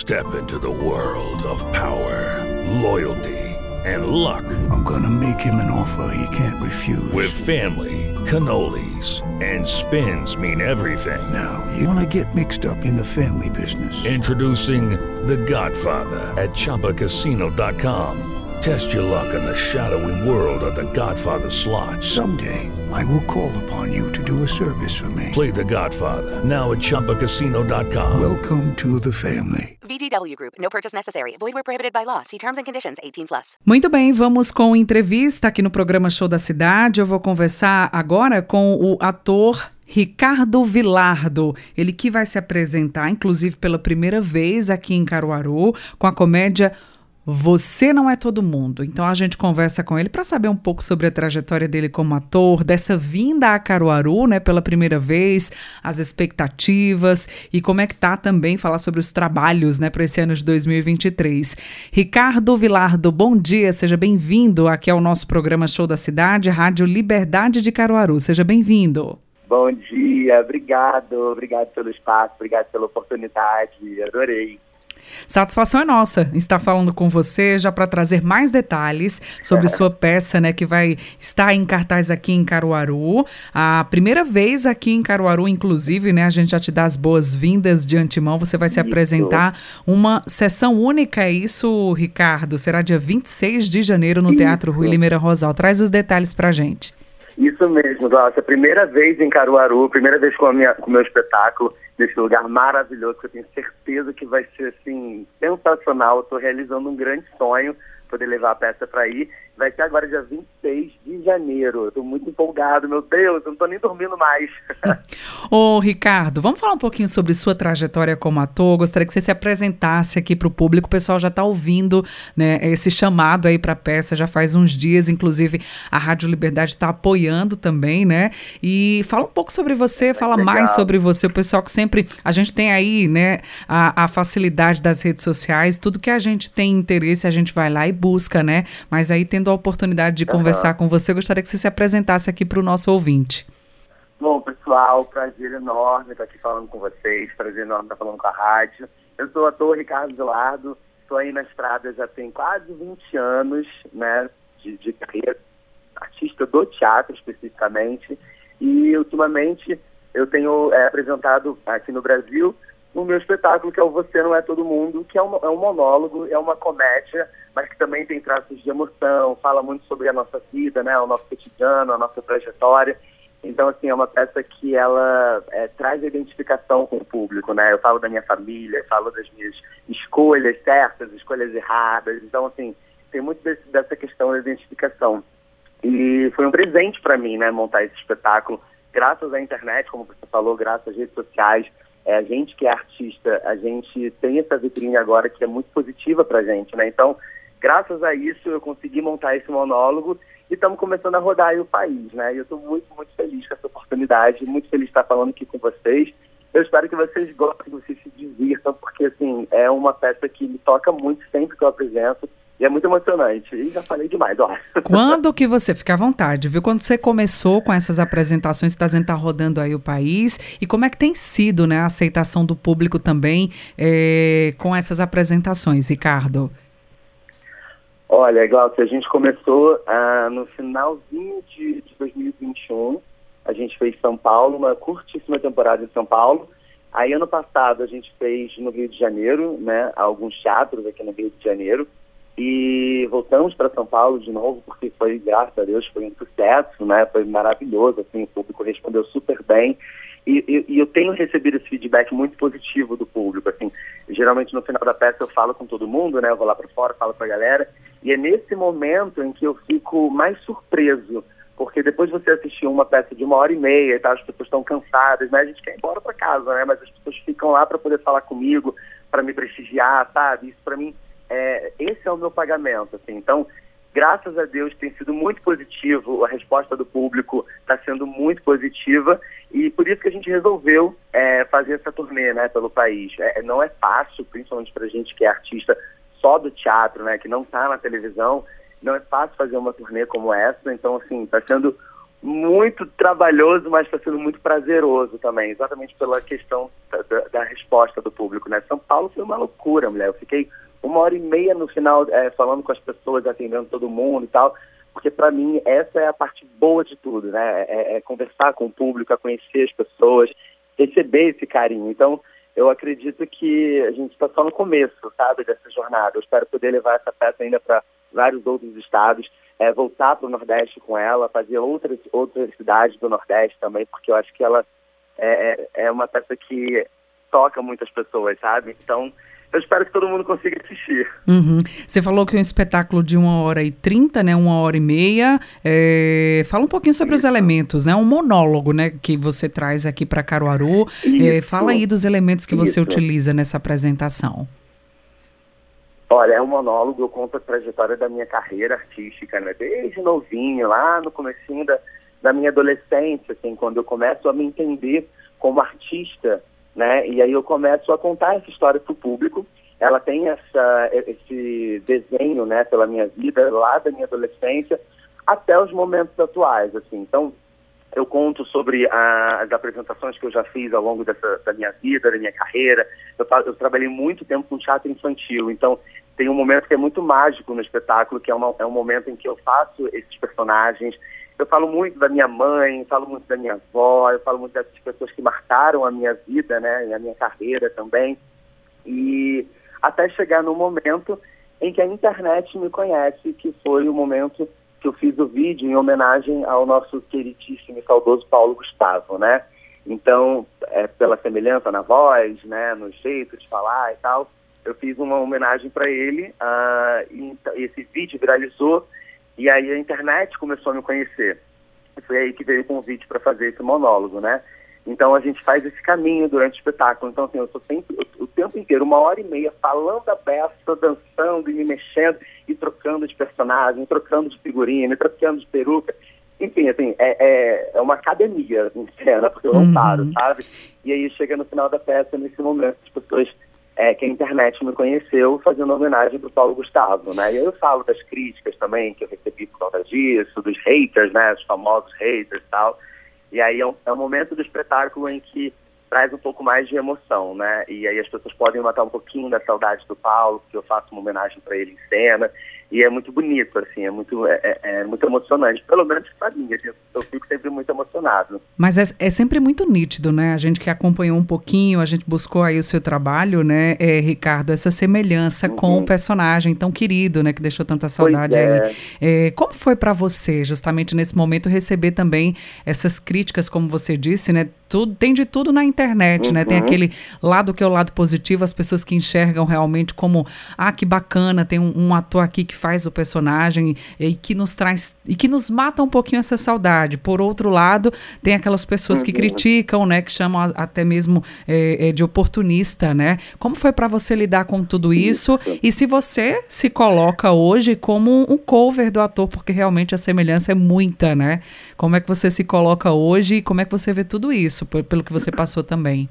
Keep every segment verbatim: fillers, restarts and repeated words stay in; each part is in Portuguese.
Step into the world of power, loyalty, and luck. I'm gonna make him an offer he can't refuse. With family, cannolis, and spins mean everything. Now, you wanna get mixed up in the family business. Introducing The Godfather at Chumba Casino dot com. Test your luck in the shadowy world of The Godfather slot. Someday, I will call upon you to do a service for me. Play The Godfather now at Chumba Casino dot com. Welcome to the family. V G W Group. No purchase necessary. Void where prohibited by law. See terms and conditions. eighteen plus. Muito bem, vamos com entrevista aqui no programa Show da Cidade. Eu vou conversar agora com o ator Ricardo Vilardo, ele que vai se apresentar, inclusive pela primeira vez aqui em Caruaru, com a comédia Você Não É Todo Mundo. Então a gente conversa com ele para saber um pouco sobre a trajetória dele como ator, dessa vinda a Caruaru, né, pela primeira vez, as expectativas e como é que tá também falar sobre os trabalhos, né, para esse ano de dois mil e vinte e três. Ricardo Vilardo, bom dia, seja bem-vindo aqui ao nosso programa Show da Cidade, Rádio Liberdade de Caruaru. Seja bem-vindo. Bom dia, obrigado, obrigado pelo espaço, obrigado pela oportunidade, adorei. Satisfação é nossa estar falando com você já para trazer mais detalhes sobre é. sua peça, né, que vai estar em cartaz aqui em Caruaru. A primeira vez aqui em Caruaru, inclusive, né, a gente já te dá as boas-vindas de antemão. Você vai se isso. apresentar uma sessão única, é isso, Ricardo? Será dia vinte e seis de janeiro no isso. Teatro Rui Limeira Rosal. Traz os detalhes para a gente. Isso mesmo, Glaucia. Primeira vez em Caruaru, primeira vez com o meu espetáculo, nesse lugar maravilhoso, que eu tenho certeza que vai ser, assim, sensacional. Eu estou realizando um grande sonho, poder levar a peça para aí. Vai ser agora dia vinte e seis de janeiro. Eu estou muito empolgado, meu Deus, eu não estou nem dormindo mais. Ô, Ricardo, vamos falar um pouquinho sobre sua trajetória como ator. Gostaria que você se apresentasse aqui para o público. O pessoal já está ouvindo, né, esse chamado aí para a peça já faz uns dias. Inclusive, a Rádio Liberdade está apoiando também, né? E fala um pouco sobre você, fala Legal. mais sobre você. O pessoal que sempre... A gente tem aí, né, a, a facilidade das redes sociais. Tudo que a gente tem interesse, a gente vai lá e busca, né? Mas aí tem a oportunidade de conversar uhum. com você, eu gostaria que você se apresentasse aqui para o nosso ouvinte. Bom, pessoal, prazer enorme estar aqui falando com vocês, prazer enorme estar falando com a rádio. Eu sou o ator Ricardo Vilardo, estou aí na estrada já tem quase vinte anos, né, de, de carreira, artista do teatro especificamente, e ultimamente eu tenho é, apresentado aqui no Brasil o meu espetáculo, que é o Você Não É Todo Mundo, que é um, é um monólogo, é uma comédia, mas que também tem traços de emoção, fala muito sobre a nossa vida, né, o nosso cotidiano, a nossa trajetória. Então, assim, é uma peça que ela é, traz a identificação com o público, né? Eu falo da minha família, eu falo das minhas escolhas certas, escolhas erradas. Então, assim, tem muito desse, dessa questão da identificação. E foi um presente para mim, né, montar esse espetáculo, graças à internet, como você falou, graças às redes sociais. É, a gente que é artista, a gente tem essa vitrine agora que é muito positiva pra gente, né? Então, graças a isso, eu consegui montar esse monólogo e estamos começando a rodar aí o país, né? E eu estou muito, muito feliz com essa oportunidade, muito feliz de estar falando aqui com vocês. Eu espero que vocês gostem, que vocês se divirtam, porque, assim, é uma peça que me toca muito sempre que eu apresento. E é muito emocionante. E já falei demais, ó. Quando que você... Fica à vontade, viu? Quando você começou com essas apresentações, você está dizendo que está rodando aí o país. E como é que tem sido, né, a aceitação do público também é, com essas apresentações, Ricardo? Olha, Glaucia, a gente começou ah, no finalzinho de, de dois mil e vinte e um. A gente fez São Paulo, uma curtíssima temporada em São Paulo. Aí, ano passado, a gente fez no Rio de Janeiro, né, alguns teatros aqui no Rio de Janeiro. E voltamos para São Paulo de novo, porque foi, graças a Deus, foi um sucesso, né? Foi maravilhoso, assim, o público respondeu super bem. E, e, e eu tenho recebido esse feedback muito positivo do público, assim. Geralmente no final da peça eu falo com todo mundo, né? Eu vou lá para fora, falo para a galera. E é nesse momento em que eu fico mais surpreso, porque depois de você assistir uma peça de uma hora e meia e tal, as pessoas estão cansadas, né? A gente quer ir embora para casa, né? Mas as pessoas ficam lá para poder falar comigo, para me prestigiar, sabe? Isso para mim... É, esse é o meu pagamento, assim. Então, graças a Deus, tem sido muito positivo, a resposta do público está sendo muito positiva e por isso que a gente resolveu é, fazer essa turnê, né, pelo país. É, não é fácil, principalmente para a gente que é artista só do teatro, né, que não está na televisão, não é fácil fazer uma turnê como essa, então, assim, está sendo muito trabalhoso, mas está sendo muito prazeroso também, exatamente pela questão da, da, da resposta do público, né? São Paulo foi uma loucura, mulher. Eu fiquei uma hora e meia no final é, falando com as pessoas, atendendo todo mundo e tal, porque para mim essa é a parte boa de tudo, né? É, é conversar com o público, é conhecer as pessoas, receber esse carinho. Então, eu acredito que a gente está só no começo, sabe, dessa jornada. Eu espero poder levar essa peça ainda para vários outros estados, é, voltar para o Nordeste com ela, fazer outras, outras cidades do Nordeste também, porque eu acho que ela é, é uma peça que toca muitas pessoas, sabe? Então, eu espero que todo mundo consiga assistir. Uhum. Você falou que é um espetáculo de uma hora e trinta, né? Uma hora e meia. É... Fala um pouquinho sobre Isso. os elementos, né? Um monólogo, né? Que você traz aqui para Caruaru. É, fala aí dos elementos que você Isso. utiliza nessa apresentação. Olha, é um monólogo, eu conto a trajetória da minha carreira artística, né? Desde novinho, lá no comecinho da, da minha adolescência, assim, quando eu começo a me entender como artista, né? E aí eu começo a contar essa história para o público. Ela tem essa, esse desenho, né, pela minha vida, lá da minha adolescência, até os momentos atuais, assim. Então, eu conto sobre a, as apresentações que eu já fiz ao longo dessa, da minha vida, da minha carreira. Eu, eu trabalhei muito tempo com teatro infantil, então tem um momento que é muito mágico no espetáculo, que é, uma, é um momento em que eu faço esses personagens. Eu falo muito da minha mãe, falo muito da minha avó, eu falo muito dessas pessoas que marcaram a minha vida, né, e a minha carreira também. E até chegar no momento em que a internet me conhece, que foi o momento que eu fiz o vídeo em homenagem ao nosso queridíssimo e saudoso Paulo Gustavo, né? Então, é, pela semelhança na voz, né, no jeito de falar e tal, eu fiz uma homenagem para ele, uh, e esse vídeo viralizou, e aí a internet começou a me conhecer. E foi aí que veio o convite para fazer esse monólogo, né? Então a gente faz esse caminho durante o espetáculo. Então, assim, eu sou sempre, o, o tempo inteiro, uma hora e meia, falando a peça, dançando e me mexendo, e trocando de personagem, trocando de figurino, trocando de peruca. Enfim, assim, é, é, é uma academia em cena, porque eu não Uhum. paro, sabe? E aí chega no final da peça, nesse momento, as pessoas... É, que a internet me conheceu fazendo homenagem para o Paulo Gustavo, né? E aí eu falo das críticas também que eu recebi por conta disso, dos haters, né? Os famosos haters e tal. E aí é um, é um momento do espetáculo em que traz um pouco mais de emoção, né? E aí as pessoas podem matar um pouquinho da saudade do Paulo, porque eu faço uma homenagem para ele em cena. E é muito bonito, assim, é muito, é, é muito emocionante. Pelo menos para mim, assim, eu fico sempre muito emocionado. Mas é, é sempre muito nítido, né? A gente que acompanhou um pouquinho, a gente buscou aí o seu trabalho, né, é, Ricardo, essa semelhança uhum. com o personagem tão querido, né, que deixou tanta saudade é. aí. É, como foi para você, justamente nesse momento, receber também essas críticas, como você disse, né? Tudo, tem de tudo na internet, uhum. né? Tem aquele lado que é o lado positivo, as pessoas que enxergam realmente como, ah, que bacana, tem um, um ator aqui que faz o personagem e, e que nos traz, e que nos mata um pouquinho essa saudade. Por outro lado, tem aquelas pessoas uhum. que criticam, né? Que chamam a, até mesmo é, é, de oportunista, né? Como foi para você lidar com tudo isso? isso? E se você se coloca hoje como um cover do ator, porque realmente a semelhança é muita, né? Como é que você se coloca hoje e como é que você vê tudo isso? Pelo que você passou também.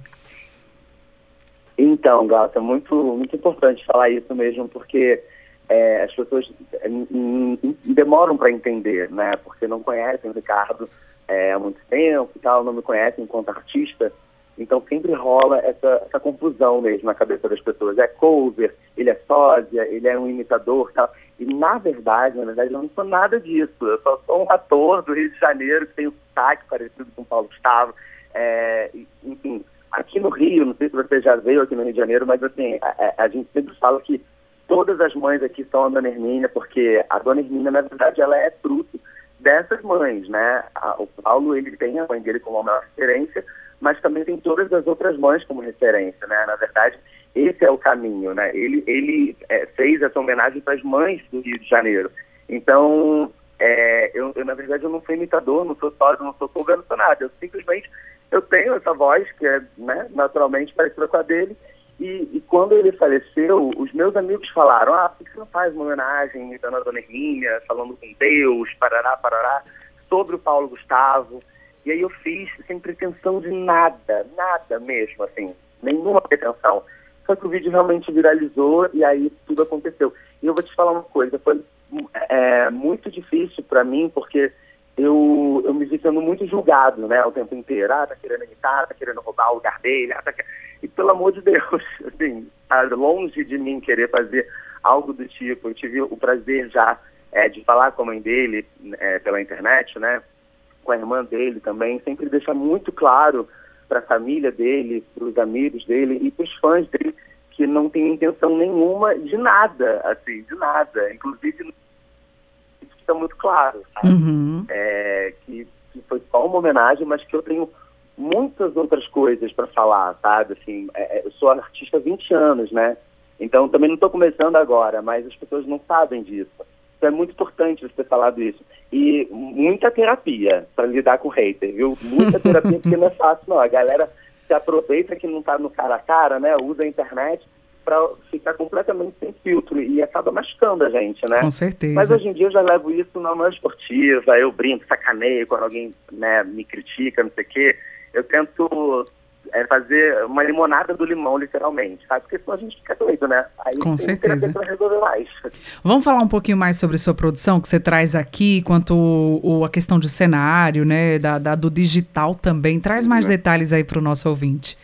Então, Gata, é muito, muito importante falar isso mesmo, porque é, as pessoas é, m- m- demoram para entender, né? Porque não conhecem o Ricardo é, há muito tempo e tal, não me conhecem enquanto artista. Então sempre rola essa, essa confusão mesmo na cabeça das pessoas. É cover, ele é sósia, ele é um imitador e tal. E na verdade, na verdade, eu não sou nada disso. Eu só sou um ator do Rio de Janeiro que tem um sotaque parecido com o Paulo Gustavo. É, enfim, aqui no Rio, não sei se você já veio aqui no Rio de Janeiro, mas assim, a, a gente sempre fala que todas as mães aqui são a Dona Hermínia, porque a Dona Hermínia, na verdade, ela é fruto dessas mães, né? A, o Paulo, ele tem a mãe dele como uma referência, mas também tem todas as outras mães como referência, né? Na verdade, esse é o caminho, né? Ele, ele é, fez essa homenagem para as mães do Rio de Janeiro. Então, é, eu, eu, na verdade, eu não sou imitador, não sou sócio, não sou cover, não sou nada. Eu simplesmente, eu tenho essa voz que é, né, naturalmente parecida com a dele. E, e quando ele faleceu, os meus amigos falaram, ah, por que você não faz uma homenagem imitando a Dona Hermínia, falando com Deus, parará, parará, sobre o Paulo Gustavo? E aí eu fiz sem pretensão de nada, nada mesmo, assim, nenhuma pretensão. Só que o vídeo realmente viralizou e aí tudo aconteceu. E eu vou te falar uma coisa, foi é, muito difícil para mim, porque eu, eu me vi sendo muito julgado, né, o tempo inteiro. Ah, tá querendo imitar, tá querendo roubar o lugar dele. Ah, tá quer... E pelo amor de Deus, assim, tá longe de mim querer fazer algo do tipo. Eu tive o prazer já é, de falar com a mãe dele é, pela internet, né, com a irmã dele também, sempre deixar muito claro para a família dele, para os amigos dele e para os fãs dele que não tem intenção nenhuma de nada, assim, de nada. Inclusive, isso fica muito claro, sabe? Uhum. É, que, que foi só uma homenagem, mas que eu tenho muitas outras coisas para falar, sabe? Assim, é, eu sou artista há vinte anos, né? Então, também não estou começando agora, mas as pessoas não sabem disso. Então, é muito importante você ter falado isso. E muita terapia para lidar com hater, viu? Muita terapia, porque não é fácil, não. A galera se aproveita que não está no cara a cara, né? Usa a internet para ficar completamente sem filtro e acaba machucando a gente, né? Com certeza. Mas hoje em dia eu já levo isso na mão esportiva, eu brinco, sacaneio quando alguém, né, me critica, não sei o quê. Eu tento é, fazer uma limonada do limão, literalmente, sabe? Porque senão a gente fica doido, né? Aí Com certeza. Para resolver mais. Vamos falar um pouquinho mais sobre sua produção que você traz aqui, quanto o, o, a questão de cenário, né? Da, da, do digital também. Traz mais uhum. detalhes aí para o nosso ouvinte.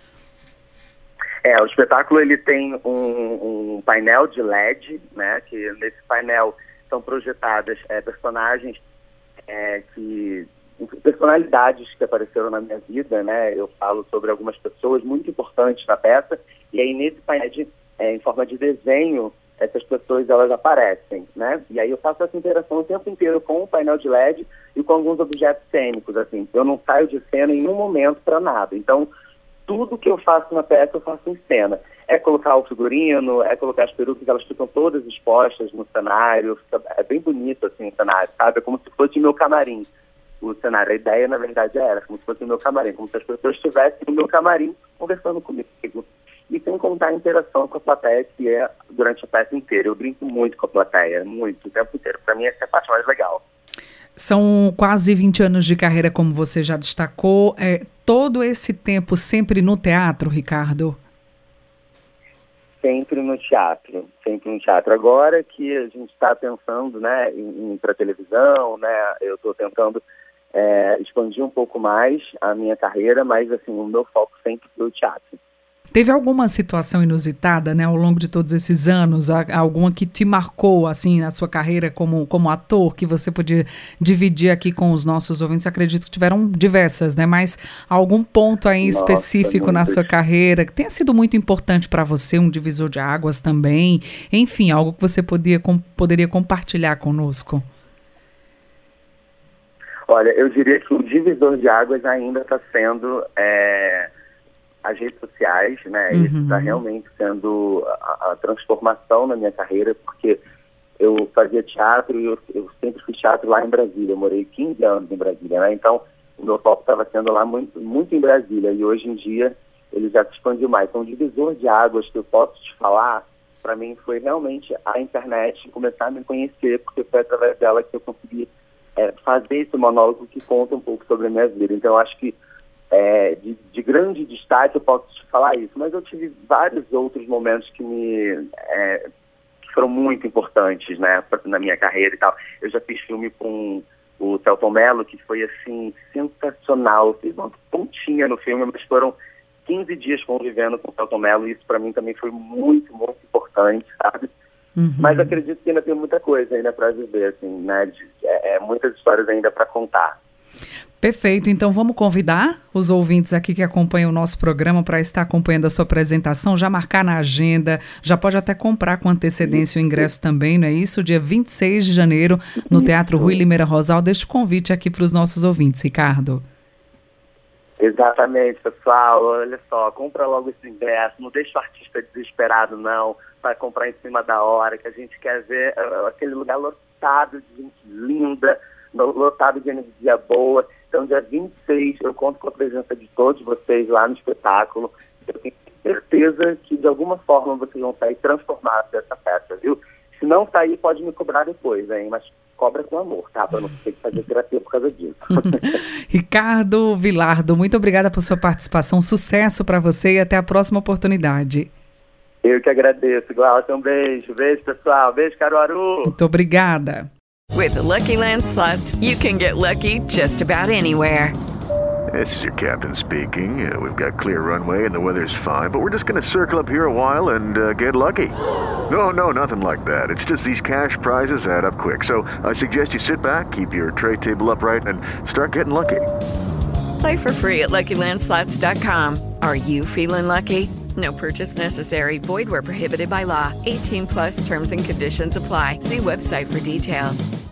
É, o espetáculo ele tem um, um painel de L E D, né? Que nesse painel são projetadas é, personagens é, que... personalidades que apareceram na minha vida, né? Eu falo sobre algumas pessoas muito importantes na peça, e aí nesse painel de, é, em forma de desenho, essas pessoas elas aparecem, né? E aí eu faço essa interação o tempo inteiro com o painel de L E D e com alguns objetos cênicos, assim. Eu não saio de cena em nenhum momento para nada. Então, tudo que eu faço na peça, eu faço em cena. É colocar o figurino, é colocar as perucas, elas ficam todas expostas no cenário. Fica, é bem bonito, assim, o cenário, sabe? É como se fosse o meu camarim. O cenário, a ideia, na verdade, era como se fosse o meu camarim, como se as pessoas estivessem no meu camarim conversando comigo. E sem contar a interação com a plateia, que é durante a peça inteira. Eu brinco muito com a plateia, muito, o tempo inteiro. Para mim, essa é a parte mais legal. São quase vinte anos de carreira, como você já destacou. É, todo esse tempo sempre no teatro, Ricardo? Sempre no teatro, sempre no teatro. Agora que a gente está pensando, né, em, em ir para televisão, né, eu estou tentando é, expandir um pouco mais a minha carreira, mas assim, o meu foco sempre foi o teatro. Teve alguma situação inusitada, né, ao longo de todos esses anos, alguma que te marcou, assim, na sua carreira como, como ator, que você podia dividir aqui com os nossos ouvintes? Eu acredito que tiveram diversas, né, mas algum ponto aí Nossa, específico na sua carreira que tenha sido muito importante para você, um divisor de águas também, enfim, algo que você podia, com, poderia compartilhar conosco? Olha, eu diria que o divisor de águas ainda está sendo... É... as redes sociais, né, uhum. Isso está realmente sendo a, a transformação na minha carreira, porque eu fazia teatro e eu, eu sempre fiz teatro lá em Brasília, eu morei quinze anos em Brasília, né, então o meu foco estava sendo lá muito, muito em Brasília, e hoje em dia ele já se expandiu mais. Então o divisor de águas que eu posso te falar, para mim foi realmente a internet, começar a me conhecer, porque foi através dela que eu consegui é, fazer esse monólogo que conta um pouco sobre a minha vida. Então eu acho que É, de, de grande destaque eu posso te falar isso, mas eu tive vários outros momentos que me é, que foram muito importantes, né, na minha carreira e tal. Eu já fiz filme com o Celton Mello, que foi assim sensacional. Eu fiz uma pontinha no filme, mas foram quinze dias convivendo com o Celton Mello, e isso para mim também foi muito, muito importante, sabe? Uhum. Mas acredito que ainda tem muita coisa ainda para viver, assim, né, de, é, é, muitas histórias ainda para contar. Perfeito, então vamos convidar os ouvintes aqui que acompanham o nosso programa para estar acompanhando a sua apresentação, já marcar na agenda, já pode até comprar com antecedência o ingresso também, não é isso? Dia vinte e seis de janeiro, no Teatro Rui Limeira Rosal. Deixa o convite aqui para os nossos ouvintes, Ricardo. Exatamente, pessoal, olha só, compra logo esse ingresso, não deixa o artista desesperado não, para comprar em cima da hora, que a gente quer ver uh, aquele lugar lotado de gente linda, lotado de energia boa. Então, dia vinte e seis, eu conto com a presença de todos vocês lá no espetáculo. Eu tenho certeza que, de alguma forma, vocês vão sair transformados dessa peça, viu? Se não sair, pode me cobrar depois, hein? Mas cobra com amor, tá? Para não ter que fazer terapia por causa disso. Ricardo Vilardo, muito obrigada por sua participação. Sucesso para você e até a próxima oportunidade. Eu que agradeço, Glaucia. Um beijo. Beijo, pessoal. Beijo, Caruaru. Muito obrigada. With the Lucky Land Slots, you can get lucky just about anywhere. This is your captain speaking. Uh, we've got clear runway and the weather's fine, but we're just going to circle up here a while and uh, get lucky. No, no, nothing like that. It's just these cash prizes add up quick. So I suggest you sit back, keep your tray table upright, and start getting lucky. Play for free at Lucky Land Slots dot com. Are you feeling lucky? No purchase necessary. Void where prohibited by law. eighteen plus terms and conditions apply. See website for details.